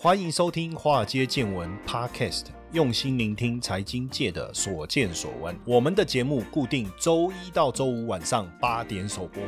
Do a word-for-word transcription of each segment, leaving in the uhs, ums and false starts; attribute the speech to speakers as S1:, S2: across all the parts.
S1: 欢迎收听华尔街见闻 Podcast， 用心聆听财经界的所见所闻。我们的节目固定周一到周五晚上八点首播。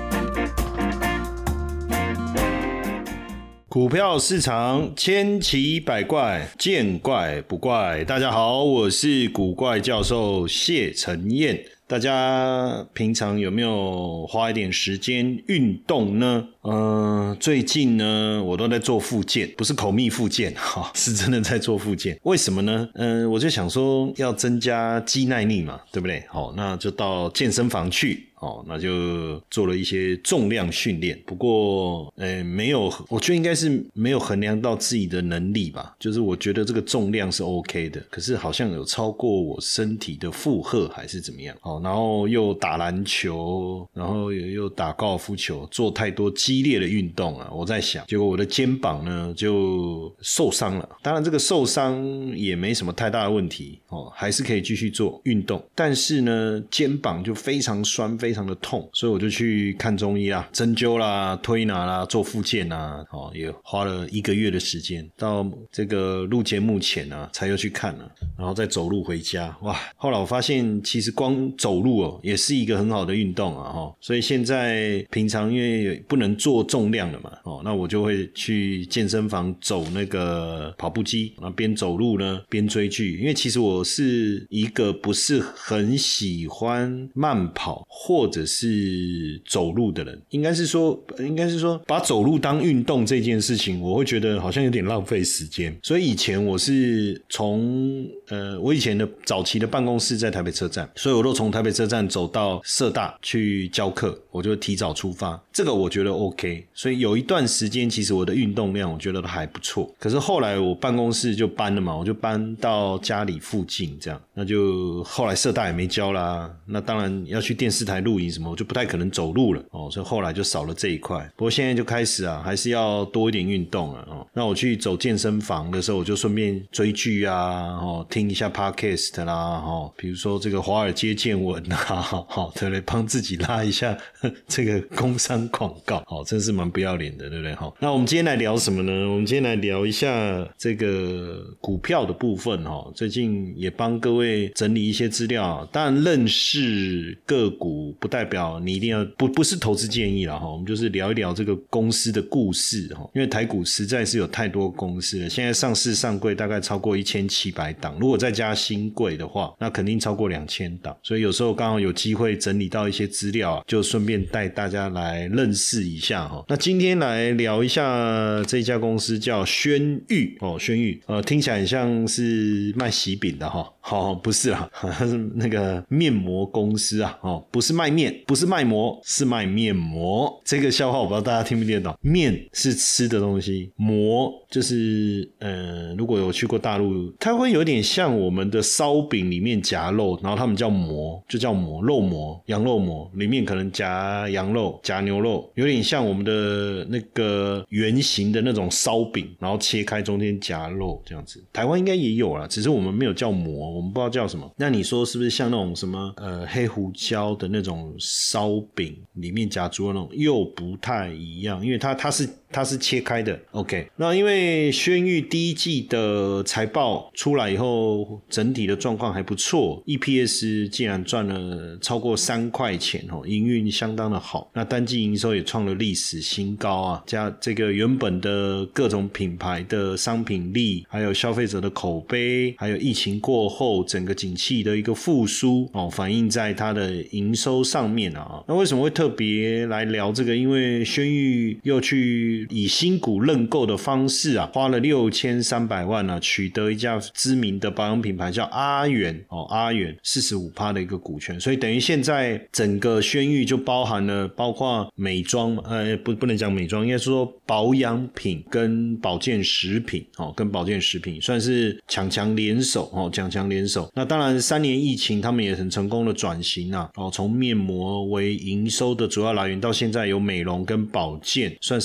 S1: 股票市场千奇百怪，见怪不怪。大家好，我是股怪教授谢承彦。大家平常有没有花一点时间运动呢？呃，最近呢，我都在做复健，不是口蜜复健，哈，是真的在做复健。为什么呢？呃，我就想说要增加肌耐力嘛，对不对？好，那就到健身房去。哦，那就做了一些重量训练，不过，呃，没有，我觉得应该是没有衡量到自己的能力吧。就是我觉得这个重量是 OK 的，可是好像有超过我身体的负荷还是怎么样。哦，然后又打篮球，然后又打高尔夫球，做太多激烈的运动啊。我在想，结果我的肩膀呢就受伤了。当然，这个受伤也没什么太大的问题哦，还是可以继续做运动。但是呢，肩膀就非常酸，非常非常的痛，所以我就去看中医啦，针灸啦，推拿啦，做复健啦，哦，也花了一个月的时间，到这个录节目前啊，才又去看了，然后再走路回家。哇，后来我发现其实光走路哦，也是一个很好的运动啊，哦，所以现在平常因为不能做重量了嘛，哦，那我就会去健身房走那个跑步机，然后边走路呢边追剧，因为其实我是一个不是很喜欢慢跑或或者是走路的人，应该是说应该是说把走路当运动这件事情，我会觉得好像有点浪费时间。所以以前我是从呃我以前的早期的办公室在台北车站，所以我都从台北车站走到社大去教课，我就提早出发，这个我觉得 OK。所以有一段时间其实我的运动量我觉得都还不错。可是后来我办公室就搬了嘛，我就搬到家里附近这样，那就后来社大也没教啦，那当然要去电视台录影什么，我就不太可能走路了哦，所以后来就少了这一块。不过现在就开始啊，还是要多一点运动了哦。那我去走健身房的时候，我就顺便追剧啊，哦，听一下 podcast 啦，哦，比如说这个华尔街见闻啊，好，对不对？帮自己拉一下呵这个工商广告，好，真是蛮不要脸的，对不对？好，那我们今天来聊什么呢？我们今天来聊一下这个股票的部分哈。最近也帮各位整理一些资料，当然认识个股不代表你一定要不不是投资建议啦齁，我们就是聊一聊这个公司的故事齁，因为台股实在是有太多公司了，现在上市上柜大概超过一千七百档，如果再加新柜的话，那肯定超过两千档，所以有时候刚好有机会整理到一些资料啊，就顺便带大家来认识一下齁。那今天来聊一下这家公司叫轩玉哦，轩玉呃听起来很像是卖喜饼的齁，好，不是啦，它是那个面膜公司啊，哦，不是卖面，不是卖膜，是卖面膜。这个笑话我不知道大家听不听得懂。面是吃的东西，膜就是呃，如果有去过大陆，它会有点像我们的烧饼里面夹肉，然后他们叫膜，就叫膜，肉膜，羊肉膜，里面可能夹羊肉，夹牛肉，有点像我们的那个圆形的那种烧饼，然后切开中间夹肉这样子。台湾应该也有啦，只是我们没有叫膜，我们不知道叫什么。那你说是不是像那种什么呃黑胡椒的那种烧饼里面夹猪肉那种，又不太一样，因为它它是它是切开的。 OK， 那因为轩玉第一季的财报出来以后，整体的状况还不错， E P S 竟然赚了超过三块钱，营运相当的好，那单季营收也创了历史新高啊，加这个原本的各种品牌的商品力，还有消费者的口碑，还有疫情过后整个景气的一个复苏哦，反映在它的营收上面啊。那为什么会特别来聊这个？因为轩玉又去以新股认购的方式啊，花了六千三百万啊，取得一家知名的保养品牌叫阿元哦，阿元 百分之四十五 的一个股权，所以等于现在整个轩玉就包含了包括美妆呃不不能讲美妆，应该说保养品跟保健食品哦，跟保健食品算是强强联手哦，强强联手。那当然三年疫情他们也很成功的转型啊，从面膜为营收的主要来源，到现在有美容跟保健，算是一个身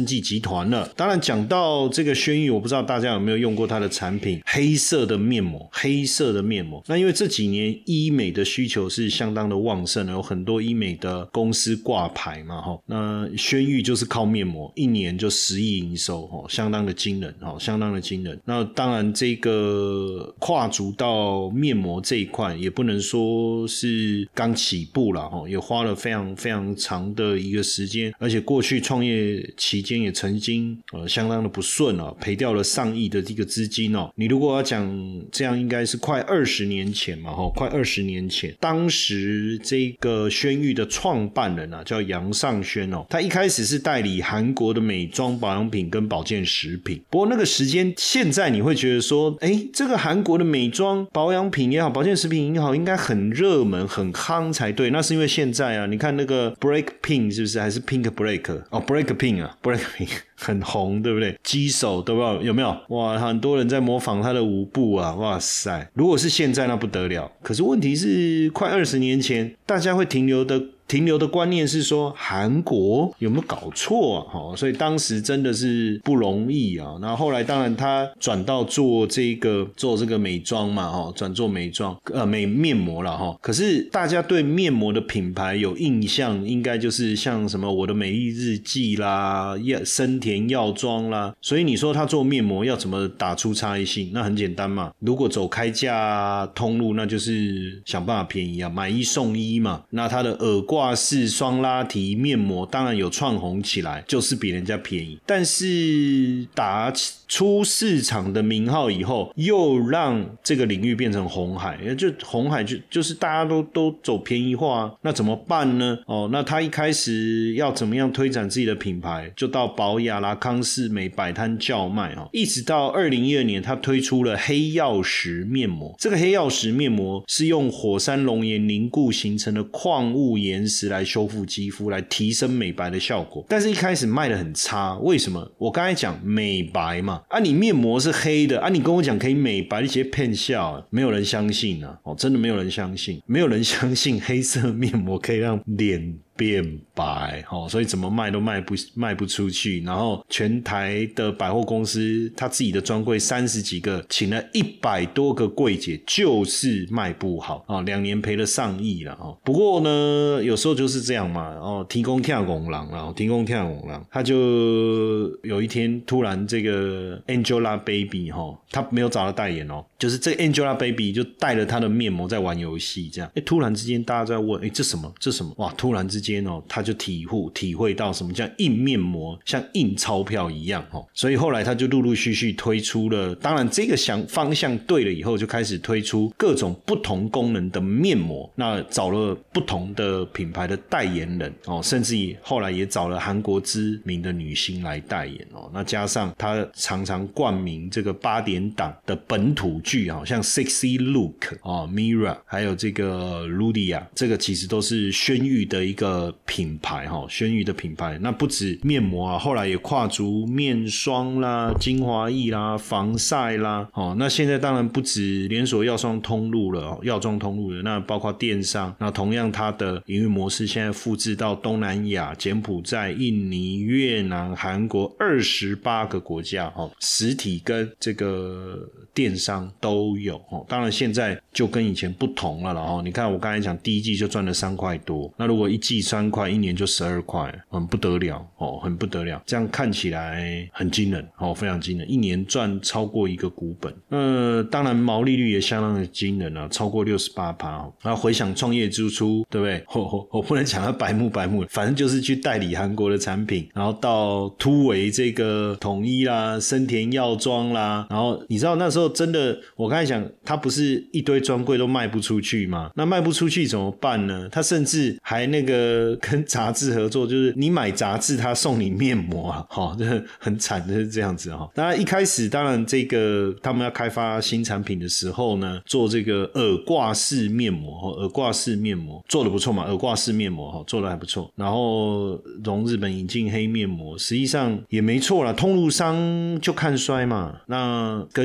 S1: 生技集团了。当然讲到这个轩誉，我不知道大家有没有用过它的产品，黑色的面膜，黑色的面膜。那因为这几年医美的需求是相当的旺盛，有很多医美的公司挂牌嘛，那轩誉就是靠面膜，一年就十亿营收，相当的惊人，相当的惊人。那当然这个跨足到面膜这一块，也不能说是刚起步啦，也花了非常非常长的一个时间，而且过去创业期间也曾经呃相当的不顺啊，赔掉了上亿的这个资金哦。你如果要讲这样，应该是快二十年前嘛，哈，快二十年前，当时这个轩誉的创办人啊，叫杨尚轩哦，他一开始是代理韩国的美妆保养品跟保健食品。不过那个时间，现在你会觉得说，哎，这个韩国的美妆保养品也好，保健食品也好，应该很热门、很夯才对。那是因为现在啊，你看那个 Breakpink 是不是？还是 Pink Break 哦 ，Breakpink 啊 ，Breakpink 很红，对不对？鸡手对吧？有没有？哇，很多人在模仿他的舞步啊！哇塞，如果是现在那不得了。可是问题是，快二十年前，大家会停留的。停留的观念是说韩国有没有搞错啊？所以当时真的是不容易啊。然后后来当然他转到做这个做这个美妆嘛，转做美妆呃美面膜了哈。可是大家对面膜的品牌有印象，应该就是像什么我的美丽日记啦、森田药妆啦。所以你说他做面膜要怎么打出差异性？那很简单嘛，如果走开价通路，那就是想办法便宜啊，买一送一嘛。那他的耳挂挂式双拉提面膜当然有窜红起来，就是比人家便宜，但是打出市场的名号以后，又让这个领域变成红海，就红海就就是大家都都走便宜化，那怎么办呢？哦，那他一开始要怎么样推展自己的品牌，就到宝雅啦、康是美摆摊叫卖哦，一直到二零一二年，他推出了黑曜石面膜。这个黑曜石面膜是用火山熔岩凝固形成的矿物岩石来修复肌肤，来提升美白的效果。但是一开始卖得很差，为什么？我刚才讲美白嘛，啊，你面膜是黑的啊，你跟我讲可以美白，你直接骗笑啊，没有人相信啊，哦，真的没有人相信，没有人相信黑色面膜可以让脸变白，哦，所以怎么卖都卖不卖不出去。然后全台的百货公司，他自己的专柜三十几个，请了一百多个柜姐，就是卖不好啊，两年赔了上亿了哦。不过呢，有时候就是这样嘛，哦，提供跳拱狼了，提供跳拱狼，他就有一天突然这个 Angelababy 哈，他没有找到代言哦，就是这个 Angelababy 就带了他的面膜在玩游戏，这样，哎，突然之间大家在问，哎，这什么？这什么？哇，突然之间哦，他就体悟体会到什么叫印面膜，像印钞票一样哦。所以后来他就陆陆续续推出了，当然这个想方向对了以后，就开始推出各种不同功能的面膜。那找了不同的品牌的代言人哦，甚至后来也找了韩国知名的女星来代言哦。那加上他常常冠名这个八点档的本土剧啊，像 Sexy Look 哦 Mira 还有这个 Ludia， 这个其实都是轩誉的一个品牌哈，轩誉的品牌。那不止面膜啊，后来也跨足面霜啦、精华液啦、防晒啦。哦，那现在当然不止连锁药妆通路了，药妆通路了，那包括电商。那同样它的营运模式现在复制到东南亚、柬埔寨、印尼、越南、韩国二十八个国家哦，实体跟这个电商都有哦。当然现在就跟以前不同了啦哦。你看我刚才讲第一季就赚了三块多，那如果一季三块，一年就十二块，很不得了哦，很不得了。这样看起来很惊人哦，非常惊人，一年赚超过一个股本。呃，当然毛利率也相当的惊人啊，超过 百分之六十八 哦。然后回想创业之初，对不对？我我我不能讲他白目白目，反正就是去代理韩国的产品，然后到突围这个统一啦、森田药妆啦，然后你知道那时候真的，我刚才讲他不是一堆专柜都卖不出去吗？那卖不出去怎么办呢？他甚至还那个跟杂志合作，就是你买杂志他送你面膜啊，齁，这很惨，就是这样子齁。当然一开始当然这个他们要开发新产品的时候呢，做这个耳挂式面膜，耳挂式面膜做得不错嘛，耳挂式面膜做得还不错。然后从日本引进黑面膜，实际上也没错啦，通路商就看衰嘛，那跟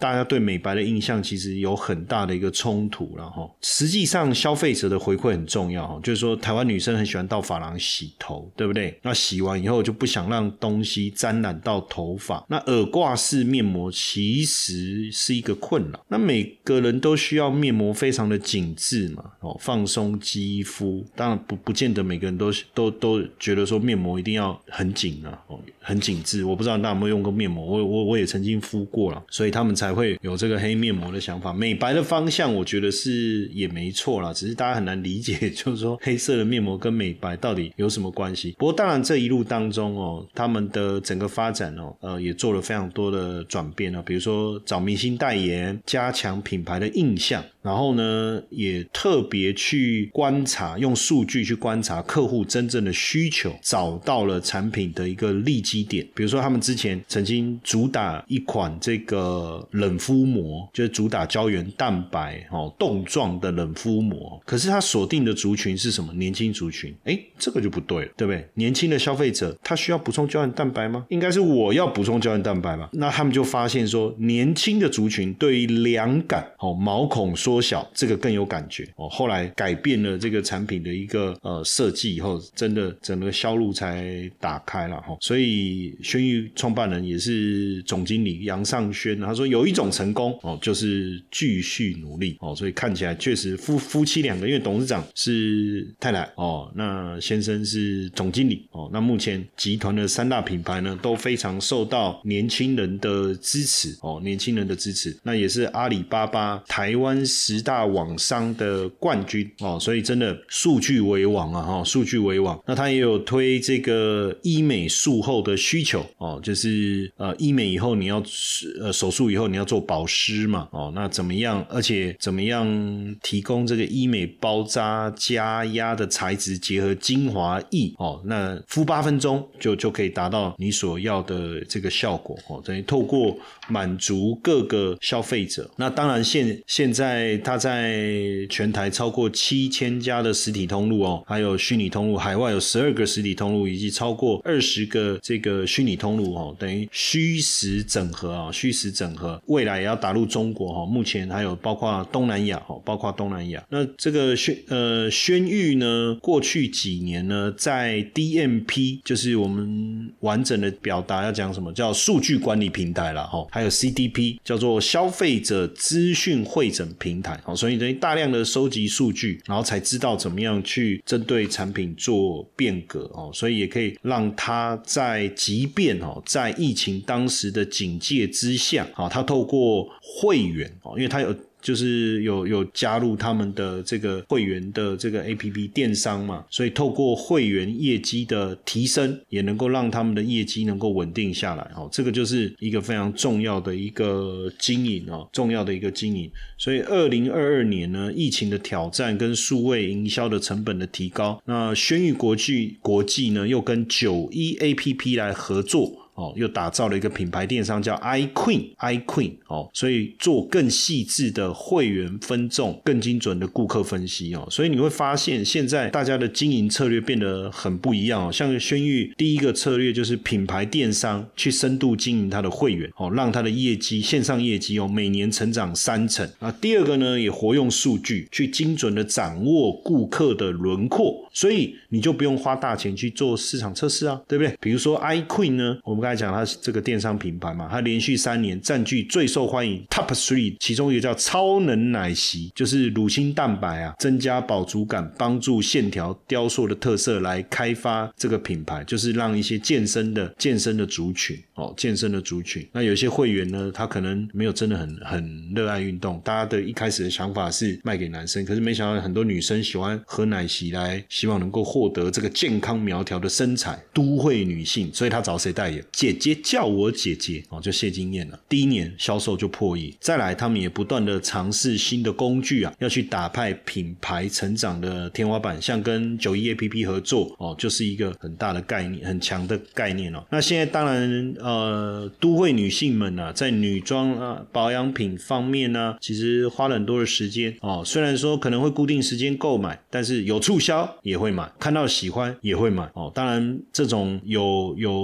S1: 大家对美白的印象其实有很大的一个冲突啦齁。实际上消费者的回馈很重要齁，就是说台湾女生很喜欢到发廊洗头，对不对？那洗完以后就不想让东西沾染到头发，那耳挂式面膜其实是一个困扰。那每个人都需要面膜非常的紧致嘛，哦，放松肌肤，当然不不见得每个人都都都觉得说面膜一定要很紧啊，哦，很紧致。我不知道大家有没有用过面膜，我我我也曾经敷过了，所以他们才会有这个黑面膜的想法。美白的方向我觉得是也没错啦，只是大家很难理解，就是说黑色的面膜跟美白到底有什么关系。不过当然这一路当中哦，他们的整个发展哦，呃，也做了非常多的转变啊，比如说找明星代言，加强品牌的印象，然后呢，也特别去观察，用数据去观察客户真正的需求，找到了产品的一个利基点。比如说他们之前曾经主打一款这个冷敷膜，就是主打胶原蛋白哦，冻状的冷敷膜，可是它锁定的族群是什么？年轻族群。诶，这个就不对了，对不对？年轻的消费者他需要补充胶原蛋白吗？应该是我要补充胶原蛋白吧。那他们就发现说，年轻的族群对于凉感、哦、毛孔缩小这个更有感觉、哦、后来改变了这个产品的一个呃设计以后，真的整个销路才打开了、哦、所以轩玉创办人也是总经理杨尚轩，他说有一种成功、哦、就是继续努力、哦、所以看起来确实夫夫妻两个，因为董事长是太太哦，那先生是总经理哦，那目前集团的三大品牌呢都非常受到年轻人的支持哦，年轻人的支持，那也是阿里巴巴台湾十大网商的冠军哦，所以真的数据为王啊哈、哦，数据为王。那他也有推这个医美术后的需求哦，就是呃医美以后你要呃手术以后你要做保湿嘛哦，那怎么样？而且怎么样提供这个医美包扎加压的材质结合精华液哦，那敷八分钟就就可以达到你所要的这个效果哦，等于透过满足各个消费者。那当然现现在它在全台超过七千家的实体通路哦，还有虚拟通路，海外有十二个实体通路，以及超过二十个这个虚拟通路哦，等于虚实整合啊、哦，虚实整合，未来也要打入中国哦，目前还有包括东南亚哦，包括东南亚。那这个宣呃宣玉呢，过去几年呢，在 D M P 就是我们完整的表达要讲什么叫数据管理平台啦齁，还有 C D P 叫做消费者资讯汇整平台齁，所以等于大量的收集数据，然后才知道怎么样去针对产品做变革齁，所以也可以让它在即便齁在疫情当时的警戒之下齁，它透过会员齁，因为它有就是有有加入他们的这个会员的这个 A P P 电商嘛，所以透过会员业绩的提升，也能够让他们的业绩能够稳定下来哦，这个就是一个非常重要的一个经营哦，重要的一个经营。所以二零二二年呢，疫情的挑战跟数位营销的成本的提高，那宣玉国际国际呢又跟九一 A P P 来合作。哦，又打造了一个品牌电商叫 iQueen iQueen 哦，所以做更细致的会员分众，更精准的顾客分析哦，所以你会发现现在大家的经营策略变得很不一样哦。像宣玉第一个策略就是品牌电商去深度经营它的会员哦，让它的业绩线上业绩哦每年成长三成啊。第二个呢，也活用数据去精准的掌握顾客的轮廓，所以你就不用花大钱去做市场测试啊，对不对？比如说 iQueen 呢，我们刚才讲它这个电商品牌嘛，它连续三年占据最受欢迎 Top 三， 其中一个叫超能奶昔，就是乳清蛋白啊，增加饱足感，帮助线条雕塑的特色来开发这个品牌，就是让一些健身的健身的族群哦，健身的族群。那有些会员呢，他可能没有真的很很热爱运动，大家的一开始的想法是卖给男生，可是没想到很多女生喜欢喝奶昔来希望能够获得这个健康苗条的身材，都会女性，所以他找谁代言？姐姐叫我姐姐哦，就谢金燕了。第一年销售就破亿，再来他们也不断的尝试新的工具啊，要去打败品牌成长的天花板，像跟九一 A P P 合作哦，就是一个很大的概念，很强的概念哦。那现在当然呃，都会女性们啊，在女装啊、保养品方面啊，其实花了很多的时间哦。虽然说可能会固定时间购买，但是有促销也会买，看到喜欢也会买哦。当然这种有有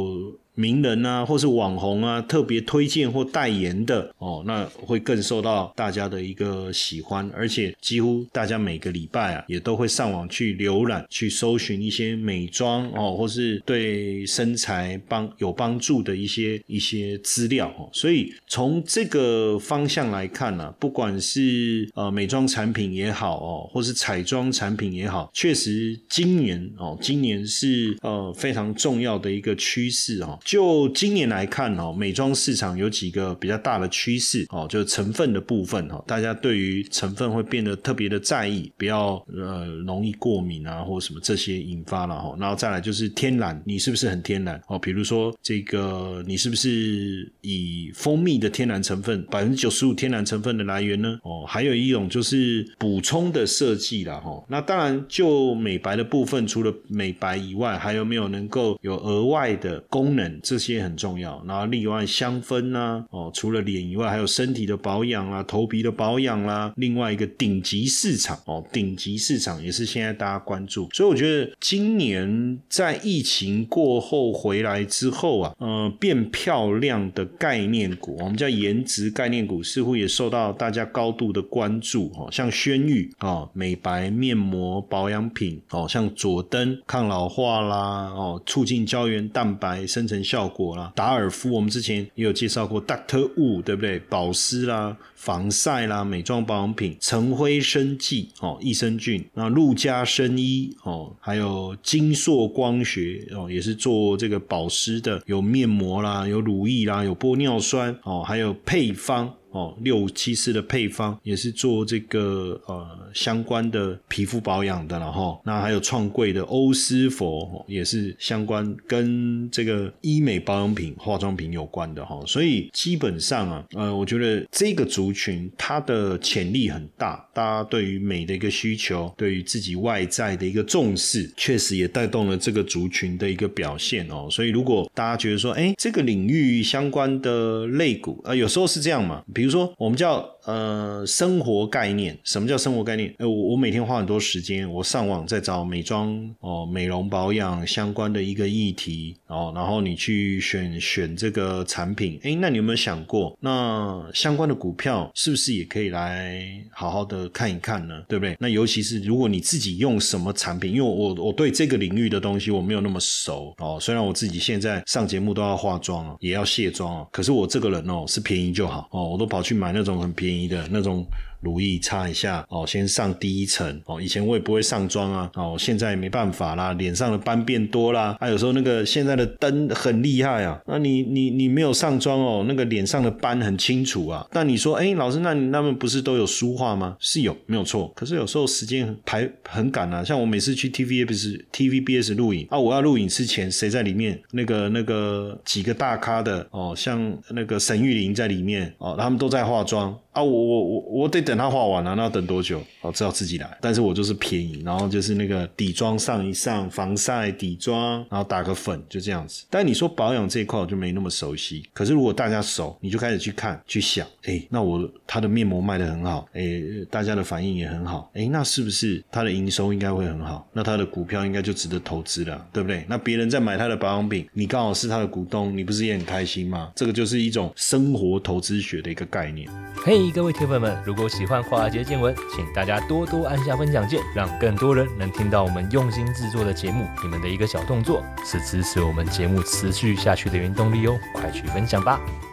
S1: 名人啊或是网红啊特别推荐或代言的哦，那会更受到大家的一个喜欢，而且几乎大家每个礼拜啊也都会上网去浏览去搜寻一些美妆哦或是对身材帮有帮助的一些一些资料哦，所以从这个方向来看啊，不管是呃美妆产品也好哦，或是彩妆产品也好，确实今年哦今年是呃非常重要的一个趋势哦。就今年来看哦，美妆市场有几个比较大的趋势哦，就是成分的部分哦，大家对于成分会变得特别的在意，不要呃容易过敏啊或什么这些引发了哦。然后再来就是天然，你是不是很天然哦？比如说这个你是不是以蜂蜜的天然成分 百分之九十五 天然成分的来源呢？哦，还有一种就是补充的设计啦哦。那当然就美白的部分，除了美白以外，还有没有能够有额外的功能，这些很重要。然后另外香氛啊哦，除了脸以外，还有身体的保养啦、头皮的保养啦，另外一个顶级市场哦，顶级市场也是现在大家关注。所以我觉得今年在疫情过后回来之后啊，呃，变漂亮的概念股，我们叫颜值概念股，似乎也受到大家高度的关注哦，像轩誉哦，美白面膜保养品哦，像佐登抗老化啦哦，促进胶原蛋白生成效果啦，达尔夫我们之前也有介绍过 Doctor Wu 对不对？保湿啦、防晒啦、美妆保养品，晨辉生技哦，益生菌，那陆家生医哦，还有金硕光学哦，也是做这个保湿的，有面膜啦，有乳液啦，有玻尿酸哦，还有配方。哦，六五七四的配方也是做这个呃相关的皮肤保养的了齁。那还有创柜的欧思佛、哦、也是相关跟这个医美保养品、化妆品有关的齁。所以基本上啊，呃，我觉得这个族群它的潜力很大，大家对于美的一个需求，对于自己外在的一个重视，确实也带动了这个族群的一个表现哦。所以如果大家觉得说，哎，这个领域相关的类股，呃，有时候是这样嘛。比如说我们叫呃生活概念，什么叫生活概念？呃，我我每天花很多时间，我上网在找美妆哦、美容保养相关的一个议题哦，然后你去选选这个产品，诶，那你有没有想过，那相关的股票是不是也可以来好好的看一看呢？对不对？那尤其是如果你自己用什么产品，因为我我对这个领域的东西我没有那么熟哦，虽然我自己现在上节目都要化妆哦，也要卸妆哦，可是我这个人哦是便宜就好哦，我都跑去买那种很便宜的那种乳液擦一下哦，先上第一层哦。以前我也不会上妆啊，哦，现在没办法啦，脸上的斑变多啦，还、啊、有时候那个现在的灯很厉害啊，那你你你没有上妆哦，那个脸上的斑很清楚啊。那你说，哎，老师，那你那们不是都有梳化吗？是有，没有错。可是有时候时间排很赶啊，像我每次去 T V B S T V B S 录影啊，我要录影之前谁在里面？那个那个几个大咖的哦，像那个沈玉琳在里面哦，他们都在化妆。啊，我我我我得等他画完啊，那要等多久？哦，只好自己来。但是我就是便宜，然后就是那个底妆上一上，防晒底妆，然后打个粉，就这样子。但你说保养这一块我就没那么熟悉。可是如果大家熟，你就开始去看去想，诶，那我他的面膜卖得很好，诶，大家的反应也很好，诶，那是不是他的营收应该会很好？那他的股票应该就值得投资了，对不对？那别人在买他的保养品，你刚好是他的股东，你不是也很开心吗？这个就是一种生活投资学的一个概念。
S2: 嘿、hey, 各位铁粉们，如果喜欢华尔街见闻，请大家多多按下分享键，让更多人能听到我们用心制作的节目。你们的一个小动作是支持我们节目持续下去的原动力哦，快去分享吧。